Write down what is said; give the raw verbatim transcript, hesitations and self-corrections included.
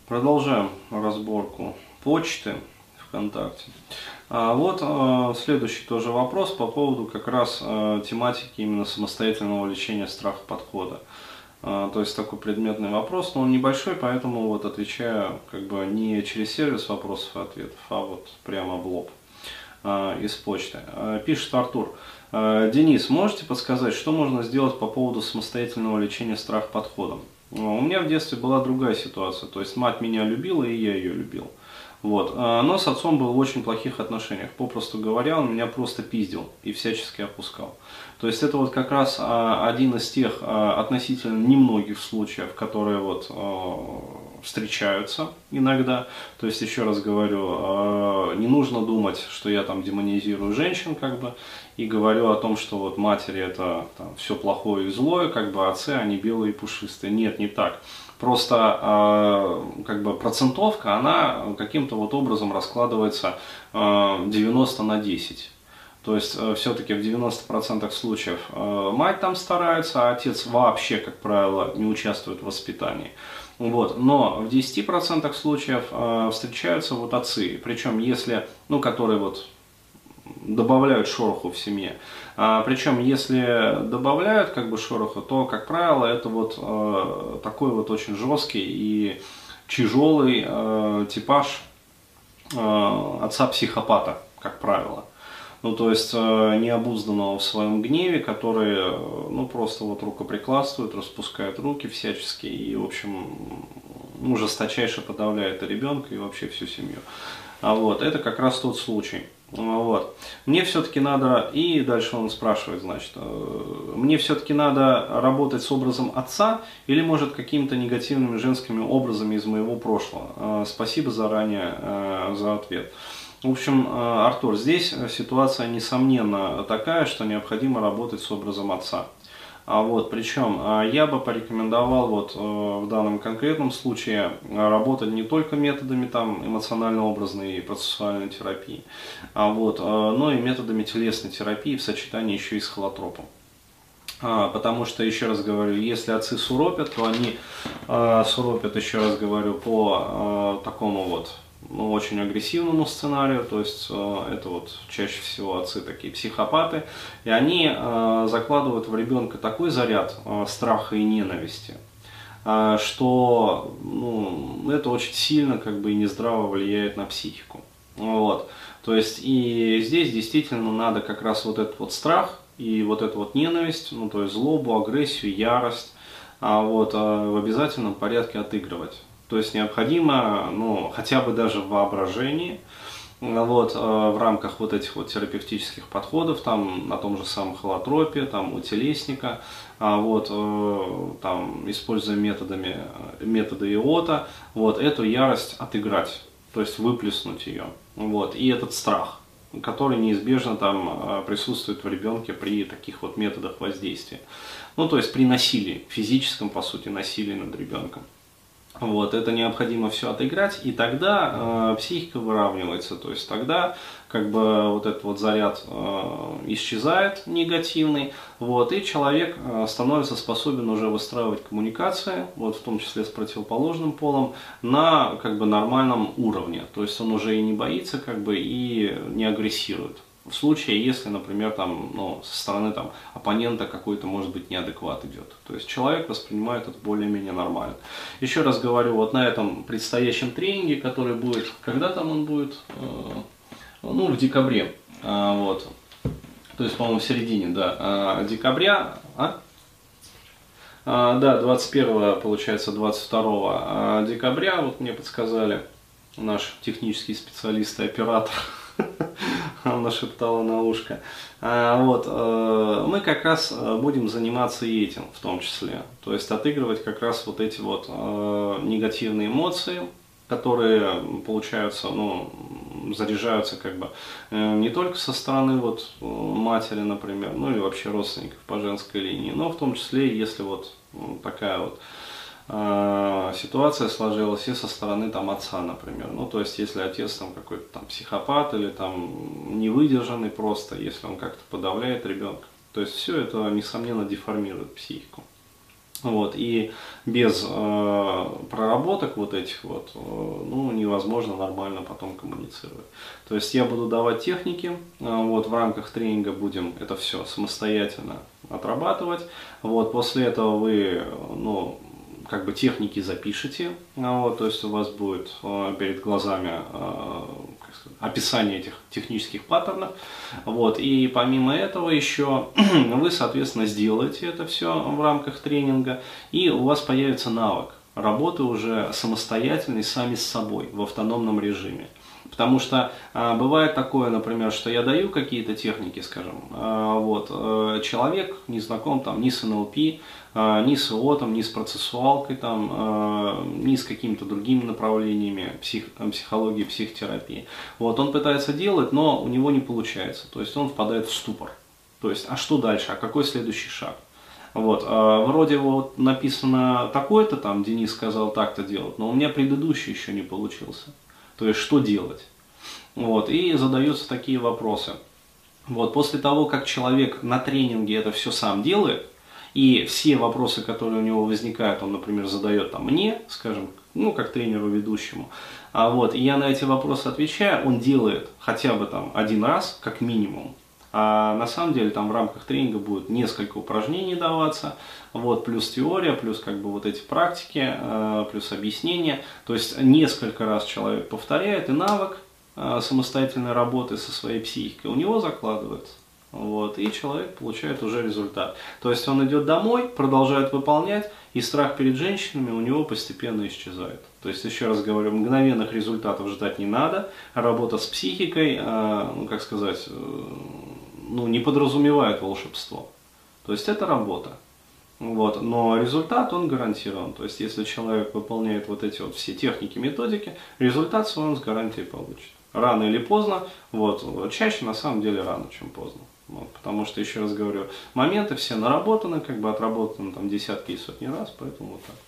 Продолжаем разборку почты ВКонтакте. А вот а, следующий тоже вопрос по поводу как раз а, тематики именно самостоятельного лечения страха подхода. А, то есть такой предметный вопрос, но он небольшой, поэтому вот отвечаю как бы не через сервис вопросов и ответов, а вот прямо в лоб а, из почты. А, пишет Артур. Денис, можете подсказать, что можно сделать по поводу самостоятельного лечения страха подходом? У меня в детстве была другая ситуация, то есть мать меня любила и я ее любил. Вот. Но с отцом был в очень плохих отношениях, попросту говоря, он меня просто пиздил и всячески опускал. То есть это вот как раз один из тех относительно немногих случаев, которые вот встречаются иногда. То есть, еще раз говорю, не нужно думать, что я там демонизирую женщин, как бы, и говорю о том, что вот матери это там, все плохое и злое, как бы отцы, они белые и пушистые. Нет, не так. Просто как бы процентовка, она каким-то вот образом раскладывается девяносто на десять. То есть, все-таки в девяноста процентах случаев мать там старается, а отец вообще, как правило, не участвует в воспитании. Вот. Но в десяти процентах случаев э, встречаются вот отцы, причем если, ну, которые вот добавляют шороху в семье. А, причем если добавляют как бы шороху, то, как правило, это вот э, такой вот очень жесткий и тяжелый э, типаж э, отца-психопата, как правило. Ну, то есть, э, необузданного в своем гневе, который, э, ну, просто вот рукоприкладствует, распускает руки всячески и, в общем, ну, жесточайше подавляет и ребенка, и вообще всю семью. А вот, это как раз тот случай. Вот. Мне все-таки надо, и дальше он спрашивает, значит, э, мне все-таки надо работать с образом отца или, может, какими-то негативными женскими образами из моего прошлого? Э, спасибо заранее э, за ответ. В общем, Артур, здесь ситуация несомненно такая, что необходимо работать с образом отца. А вот, причем я бы порекомендовал вот в данном конкретном случае работать не только методами там эмоционально-образной и процессуальной терапии, а вот, но и методами телесной терапии в сочетании еще и с холотропом. А, потому что, еще раз говорю, если отцы суропят, то они а, суропят, еще раз говорю, по а, такому вот, ну, очень агрессивному сценарию, то есть э, это вот чаще всего отцы такие психопаты, и они э, закладывают в ребенка такой заряд э, страха и ненависти, э, что ну, это очень сильно как бы и нездраво влияет на психику. Вот. То есть и здесь действительно надо как раз вот этот вот страх и вот эту вот ненависть, ну то есть злобу, агрессию, ярость, а вот, э, в обязательном порядке отыгрывать. То есть необходимо, ну, хотя бы даже в воображении, вот, в рамках вот этих вот терапевтических подходов, там, на том же самом холотропе, там, у телесника, вот, там, используя методами, методы Иота, вот, эту ярость отыграть, то есть выплеснуть ее, вот, и этот страх, который неизбежно там присутствует в ребенке при таких вот методах воздействия. Ну, то есть при насилии, физическом, по сути, насилии над ребенком. Вот, это необходимо все отыграть, и тогда э, психика выравнивается, то есть тогда как бы вот этот вот заряд э, исчезает негативный, вот, и человек э, становится способен уже выстраивать коммуникации, вот, в том числе с противоположным полом, на как бы нормальном уровне, то есть он уже и не боится как бы и не агрессирует. В случае, если, например, там, ну, со стороны там, оппонента какой-то, может быть, неадекват идет. То есть человек воспринимает это более-менее нормально. Еще раз говорю, вот на этом предстоящем тренинге, который будет, когда там он будет? Э, ну, в декабре. Э, вот. То есть, по-моему, в середине, да, э, декабря. А? Э, да, двадцать первого, получается, двадцать второго декабря, вот мне подсказали наш технический специалист и оператор. Она шептала на ушко. А, вот, э, мы как раз будем заниматься и этим в том числе. То есть отыгрывать как раз вот эти вот э, негативные эмоции, которые получаются, ну, заряжаются как бы э, не только со стороны вот матери, например, ну или вообще родственников по женской линии, но в том числе, если вот ну, такая вот ситуация сложилась и со стороны там отца, например. Ну, то есть, если отец там какой-то там психопат или там невыдержанный просто, если он как-то подавляет ребенка. То есть, все это, несомненно, деформирует психику. Вот, и без э, проработок вот этих вот, э, ну, невозможно нормально потом коммуницировать. То есть я буду давать техники, э, вот, в рамках тренинга будем это все самостоятельно отрабатывать. Вот, после этого вы, ну, как бы техники запишите, вот, то есть у вас будет э, перед глазами э, как сказать, описание этих технических паттернов, вот, и помимо этого еще вы, соответственно, сделаете это все в рамках тренинга, и у вас появится навык работы уже самостоятельной, сами с собой, в автономном режиме. Потому что а, бывает такое, например, что я даю какие-то техники, скажем, а, вот, а, человек не знаком там, ни с эн эл пи, а, ни с ИО, там, ни с процессуалкой, там, а, ни с какими-то другими направлениями псих, психологии, психотерапии. Вот, он пытается делать, но у него не получается, то есть он впадает в ступор. То есть, а что дальше, а какой следующий шаг? Вот, а, вроде вот написано такое-то, там Денис сказал так-то делать, но у меня предыдущий еще не получился. То есть, что делать? Вот, и задаются такие вопросы. Вот, после того, как человек на тренинге это все сам делает, и все вопросы, которые у него возникают, он, например, задает там мне, скажем, ну, как тренеру ведущему, а вот, и я на эти вопросы отвечаю, он делает хотя бы там один раз, как минимум. А на самом деле там в рамках тренинга будет несколько упражнений даваться, вот, плюс теория, плюс как бы вот эти практики, э, плюс объяснения. То есть несколько раз человек повторяет, и навык э, самостоятельной работы со своей психикой у него закладывается. Вот, и человек получает уже результат. То есть он идет домой, продолжает выполнять, и страх перед женщинами у него постепенно исчезает. То есть, еще раз говорю, мгновенных результатов ждать не надо. Работа с психикой, э, ну, как сказать, э, ну, не подразумевает волшебство. То есть это работа. Вот. Но результат он гарантирован. То есть если человек выполняет вот эти вот все техники, методики, результат свой он с гарантией получит. Рано или поздно, вот, чаще на самом деле рано, чем поздно. Вот, потому что, еще раз говорю, моменты все наработаны, как бы отработаны там десятки и сотни раз, поэтому вот так.